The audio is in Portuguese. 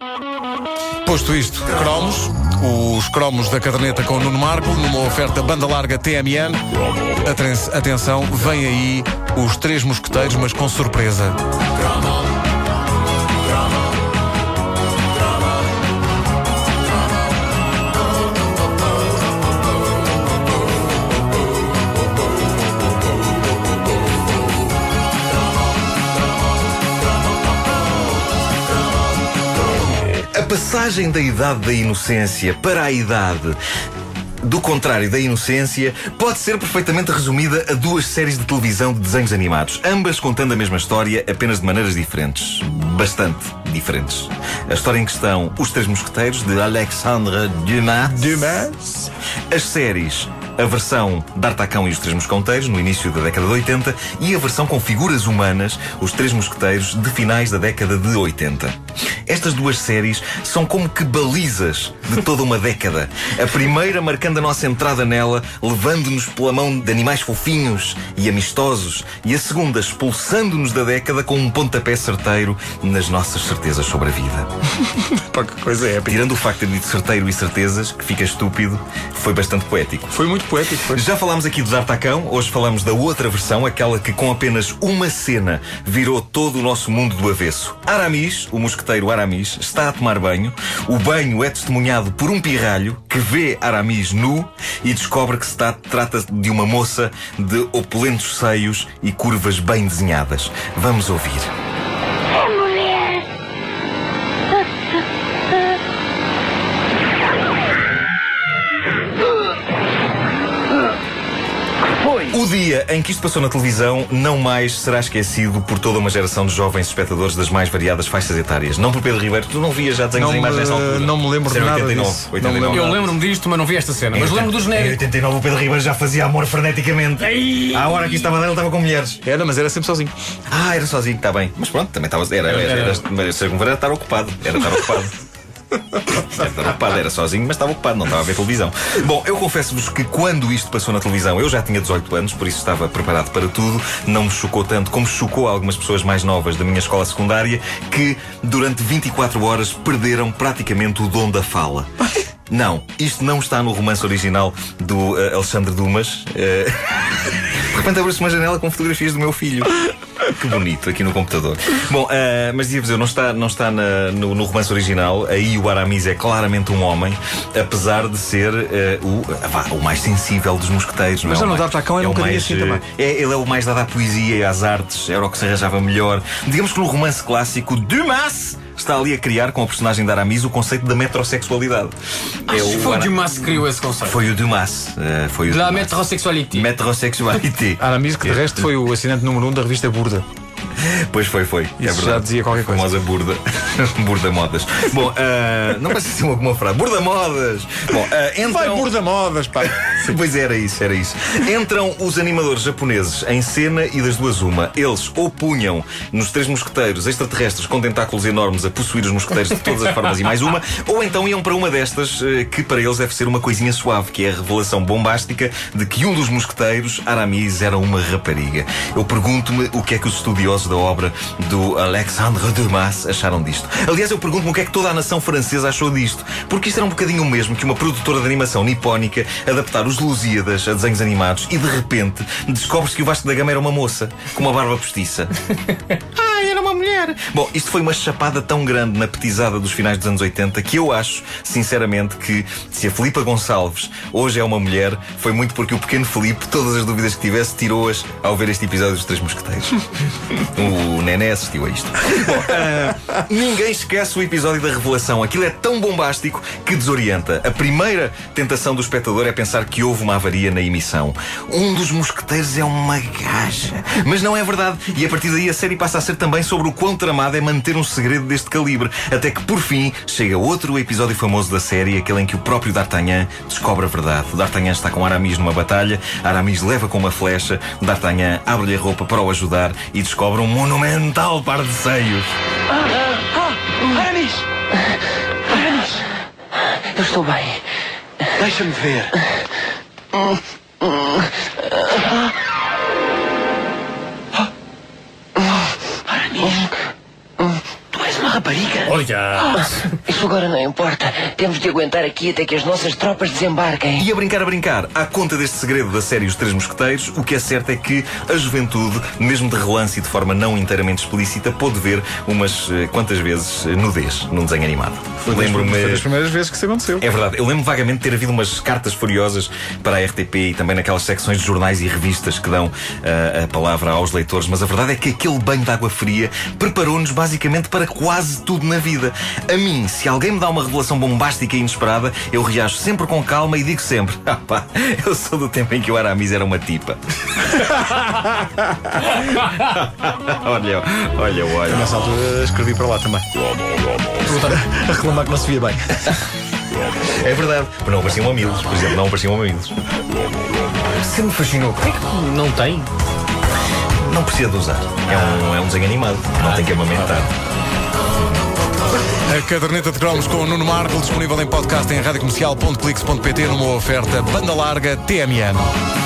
Posto isto, cromos, os cromos da caderneta com o Nuno Marco, numa oferta banda larga TMN. Atenção, vem aí os Três Mosqueteiros, mas com surpresa. A passagem da idade da inocência para a idade do contrário da inocência pode ser perfeitamente resumida a duas séries de televisão de desenhos animados, ambas contando a mesma história, apenas de maneiras diferentes. Bastante diferentes. A história em questão, Os Três Mosqueteiros, de Alexandre Dumas. As séries, a versão D'Artagnan e os Três Mosqueteiros, no início da década de 80, e a versão com figuras humanas, Os Três Mosqueteiros, de finais da década de 80. Estas duas séries são como que balizas de toda uma década. A primeira marcando a nossa entrada nela, levando-nos pela mão de animais fofinhos e amistosos, e a segunda expulsando-nos da década com um pontapé certeiro nas nossas certezas sobre a vida. Pá, que coisa épica. Tirando o facto de ter dito certeiro e certezas, que fica estúpido, foi bastante poético. Foi muito poético, foi. Já falámos aqui de D'Artagnan, hoje falamos da outra versão, aquela que com apenas uma cena virou todo o nosso mundo do avesso. Aramis, o mosqueteiro Aramis, está a tomar banho. O banho é testemunhado por um pirralho que vê Aramis nu e descobre que se trata de uma moça de opulentos seios e curvas bem desenhadas. Vamos ouvir. O dia em que isto passou na televisão não mais será esquecido por toda uma geração de jovens espectadores das mais variadas faixas etárias. Não por Pedro Ribeiro, tu não vias já desenhos animados nessa altura. Não me lembro de nada disso. 89. Eu lembro-me disto, mas não vi esta cena. Mas lembro do genérico. Em 89 o Pedro Ribeiro já fazia amor freneticamente. À hora que estava dele, ele estava com mulheres. Era, mas era sempre sozinho. Ah, era sozinho, está bem. Mas pronto, também estava. Era estar ocupado. Era estar ocupado. Era sozinho, mas estava ocupado, não estava a ver televisão. Bom, eu confesso-vos que quando isto passou na televisão eu já tinha 18 anos, por isso estava preparado para tudo. Não me chocou tanto como chocou algumas pessoas mais novas da minha escola secundária, que durante 24 horas perderam praticamente o dom da fala. Não, isto não está no romance original do Alexandre Dumas. De repente abre-se uma janela com fotografias do meu filho. Que bonito, aqui no computador. Bom, mas dizia-vos eu, não está no romance original. Aí o Aramis é claramente um homem, apesar de ser o mais sensível dos mosqueteiros. Mas não D'Artagnan era um bocadinho assim também. Ele é o mais dado à poesia e às artes, era o que se arranjava melhor. Digamos que no romance clássico, Dumas está ali a criar, com a personagem de Aramis, o conceito da metrosexualidade. Foi o Dumas que criou esse conceito. Foi o Dumas. Foi o La Dumas. metrosexualité. Metrosexualité. Aramis, que de resto foi o assinante número 1 da revista Burda. Pois foi. Isso é verdade. já dizia qualquer coisa. Famosa Burda. Burda Modas. Bom, não parece ser alguma frase. Burda Modas. Bom, Vai Burda Modas, pá. Pois era isso. Entram os animadores japoneses em cena e das duas uma. Eles ou punham nos Três Mosqueteiros extraterrestres com tentáculos enormes a possuir os mosqueteiros de todas as formas e mais uma, ou então iam para uma destas que para eles deve ser uma coisinha suave, que é a revelação bombástica de que um dos mosqueteiros, Aramis, era uma rapariga. Eu pergunto-me o que é que os estudiosos da obra do Alexandre Dumas acharam disto. Aliás, eu pergunto-me o que é que toda a nação francesa achou disto, porque isto era um bocadinho o mesmo que uma produtora de animação nipónica adaptar os Lusíadas a desenhos animados e de repente descobre-se que o Vasco da Gama era uma moça com uma barba postiça. Era uma mulher. Bom, isto foi uma chapada tão grande na petizada dos finais dos anos 80 que eu acho, sinceramente, que se a Filipa Gonçalves hoje é uma mulher, foi muito porque o pequeno Filipe, todas as dúvidas que tivesse, tirou-as ao ver este episódio dos Três Mosqueteiros. O Nené assistiu a isto. Bom, ninguém esquece o episódio da revelação. Aquilo é tão bombástico que desorienta. A primeira tentação do espectador é pensar que houve uma avaria na emissão. Um dos mosqueteiros é uma gaja. Mas não é verdade. E a partir daí a série passa a ser também sobre o quão tramado é manter um segredo deste calibre. Até que, por fim, chega outro episódio famoso da série, aquele em que o próprio D'Artagnan descobre a verdade. O D'Artagnan está com Aramis numa batalha, Aramis leva com uma flecha, D'Artagnan abre-lhe a roupa para o ajudar e descobre um monumental par de seios. Aramis! Aramis! Eu estou bem. Deixa-me ver. Aramis, tu és uma rapariga. Olha! Isso agora não importa. Temos de aguentar aqui até que as nossas tropas desembarquem. E a brincar, à conta deste segredo da série Os Três Mosqueteiros, o que é certo é que a juventude, mesmo de relance e de forma não inteiramente explícita, pôde ver umas quantas vezes nudez num desenho animado. Lembro-me... Foi das primeiras vezes que isso aconteceu. É verdade, eu lembro vagamente de ter havido umas cartas furiosas para a RTP e também naquelas secções de jornais e revistas que dão a palavra aos leitores, mas a verdade é que aquele banho de água fria preparou-nos basicamente para quase tudo na vida. A mim, se alguém me dá uma revelação bombástica e inesperada, eu reajo sempre com calma e digo sempre: ah pá, eu sou do tempo em que o Aramis era uma tipa. olha. Nessa altura escrevi para lá também. A reclamar que não se via bem. É verdade, mas não apareciam mamilos, por exemplo, não apareciam mamilos. Sempre me fascinou. Porquê que não tem? Não precisa de usar. É um desenho animado, não tem que amamentar. A caderneta de cromos com o Nuno Marco, disponível em podcast em radiocomercial.clix.pt numa oferta banda larga TMN.